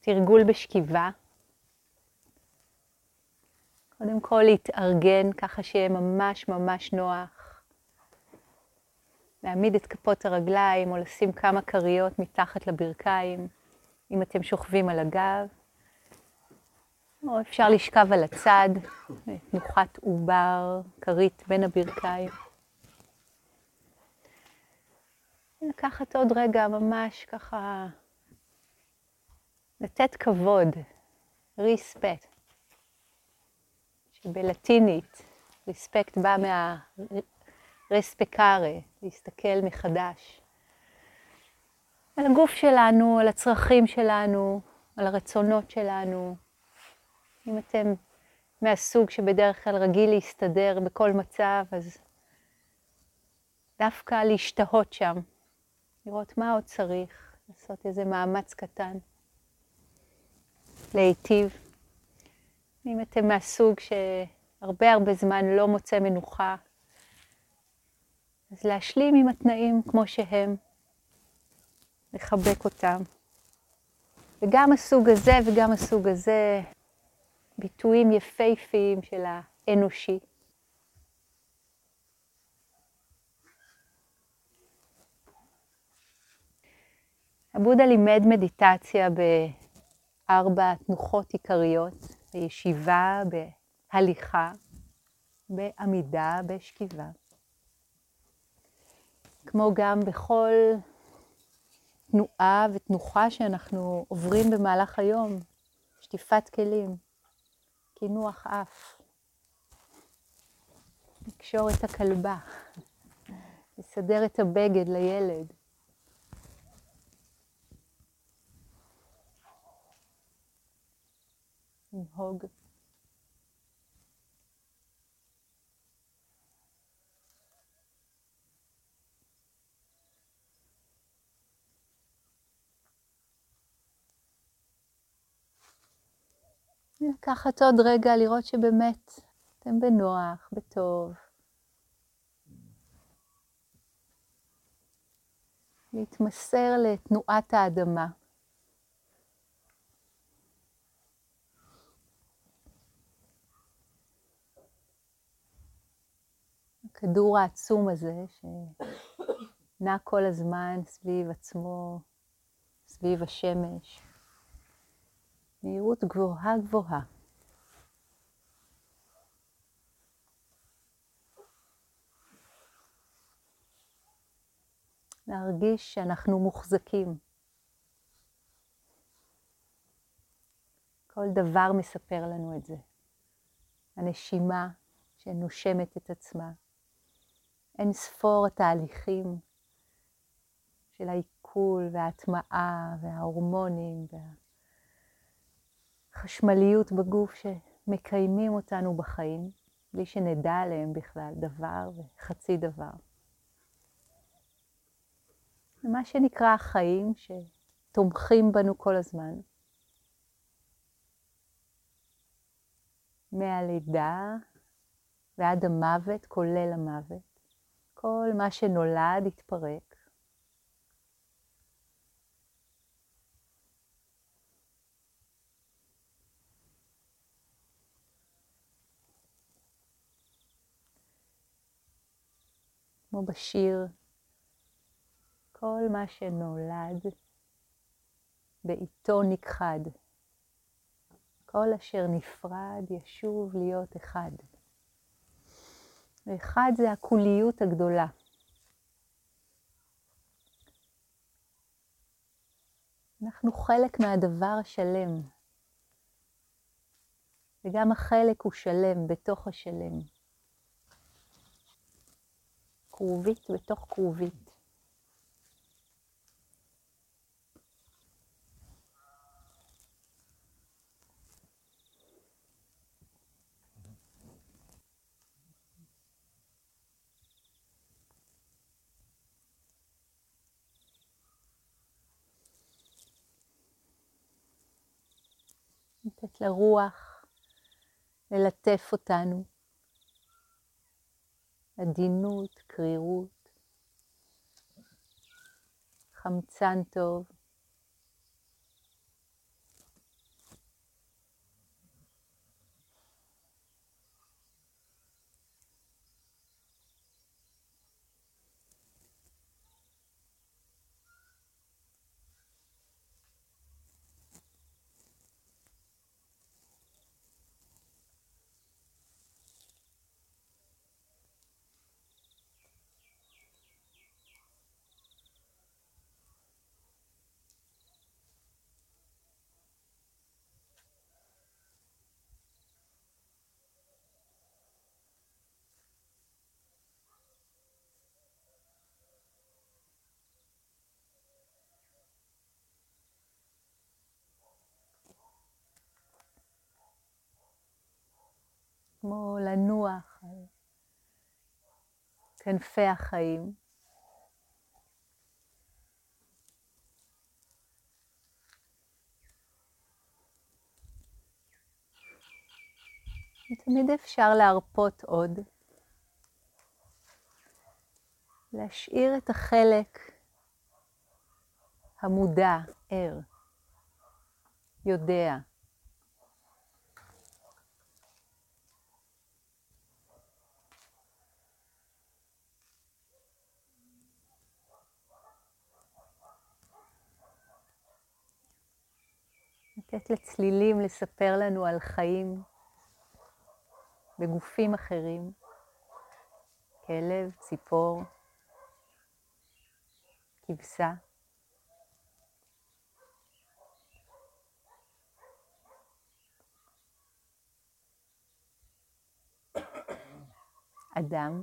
תרגול בשכיבה. קודם כל להתארגן ככה שיהיה ממש ממש נוח. להעמיד את כפות הרגליים או לשים כמה כריות מתחת לברכיים, אם אתם שוכבים על הגב. או אפשר לשכב על הצד, תנוחת עובר, כרית בין הברכיים. לקחת עוד רגע ממש ככה, לתת כבוד, ריספקט, שבלטינית, ריספקט בא מהרספקארה, להסתכל מחדש. על הגוף שלנו, על הצרכים שלנו, על הרצונות שלנו. אם אתם מהסוג שבדרך כלל רגיל להסתדר בכל מצב, אז דווקא להשתהות שם. לראות מה עוד צריך, לעשות איזה מאמץ קטן. להיטיב. אם אתם מהסוג שהרבה זמן לא מוצא מנוחה, אז להשלים עם התנאים כמו שהם. לחבק אותם. וגם הסוג הזה וגם הסוג הזה, ביטויים יפהפיים של האנושי. הבודה לימד מדיטציה ב4 תנוחות עיקריות, בישיבה, בהליכה, בעמידה, בשכיבה. כמו גם בכל תנועה ותנוחה שאנחנו עוברים במהלך היום, שטיפת כלים, קינוח אף, לקשור את הכלבה, לסדר את הבגד לילד. לנהוג. לקחת עוד רגע לראות שבאמת אתם בנוח, בטוב. להתמסר לתנועת האדמה. הכדור העצום הזה שנע כל הזמן סביב עצמו, סביב השמש. מהירות גבוהה. להרגיש שאנחנו מוחזקים. כל דבר מספר לנו את זה. הנשימה שנושמת את עצמה. אין ספור התהליכים של העיכול וההטמעה וההורמונים והחשמליות בגוף שמקיימים אותנו בחיים, בלי שנדע עליהם בכלל דבר וחצי דבר. מה שנקרא החיים שתומכים בנו כל הזמן. מהלידה ועד המוות, כולל המוות. כל מה שנולד התפרק. כמו בשיר, כל מה שנולד בעיתו נכחד. כל אשר נפרד ישוב להיות אחד. ואחד זה הכוליות הגדולה. אנחנו חלק מהדבר השלם. וגם החלק הוא שלם בתוך השלם. קרובית בתוך קרובית. לתת לרוח ללטף אותנו. עדינות, קרירות, חמצן טוב. לנוח על כנפי החיים. תמיד אפשר להרפות עוד. להשאיר את החלק המודע, ער, יודע. לתת לצלילים לספר לנו על חיים בגופים אחרים, כלב, ציפור, כבשה. אדם.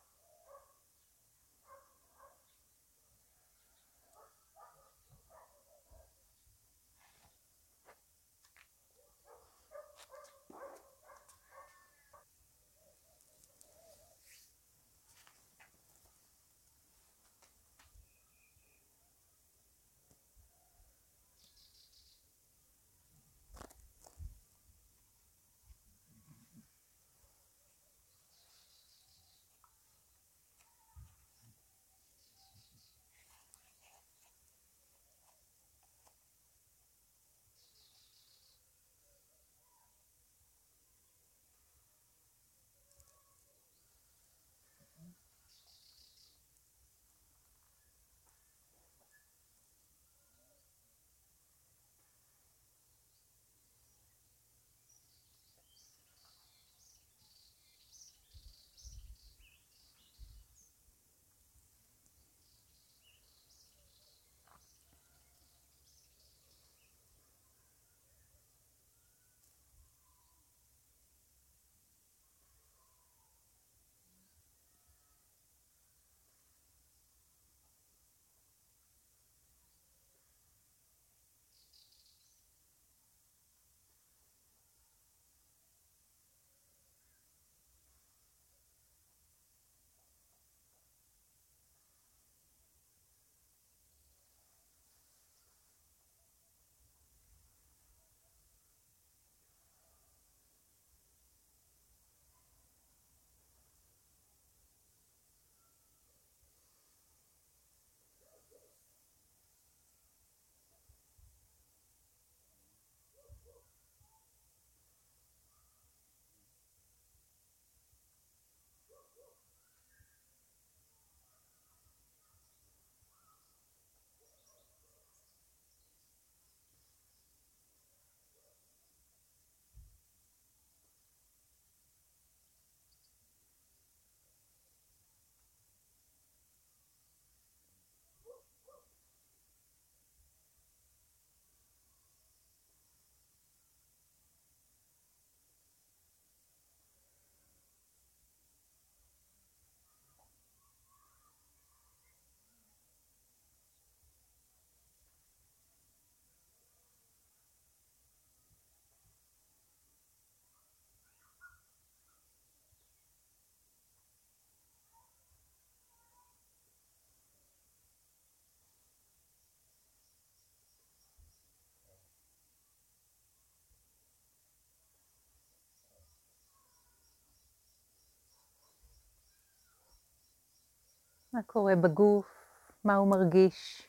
מה קורה בגוף, מה הוא מרגיש.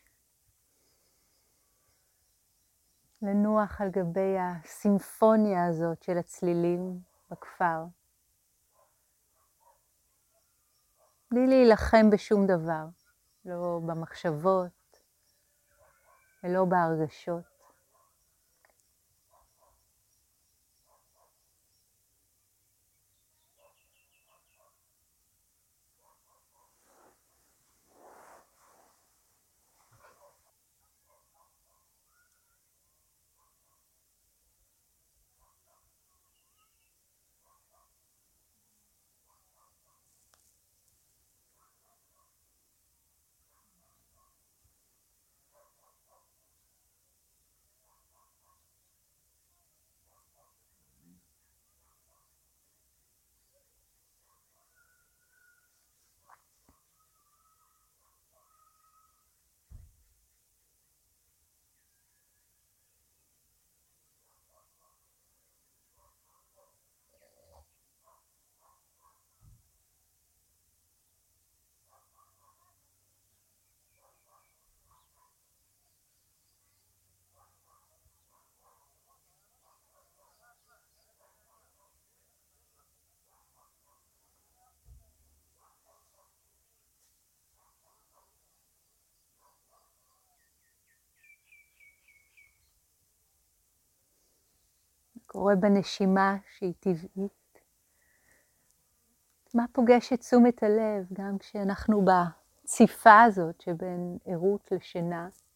לנוח על גבי הסימפוניה הזאת של הצלילים בכפר. בלי להילחם בשום דבר, לא במחשבות ולא בהרגשות. קורה בנשימה שהיא טבעית. מה פוגש את תשומת הלב גם כשאנחנו בציפה הזאת שבין ערות לשינה.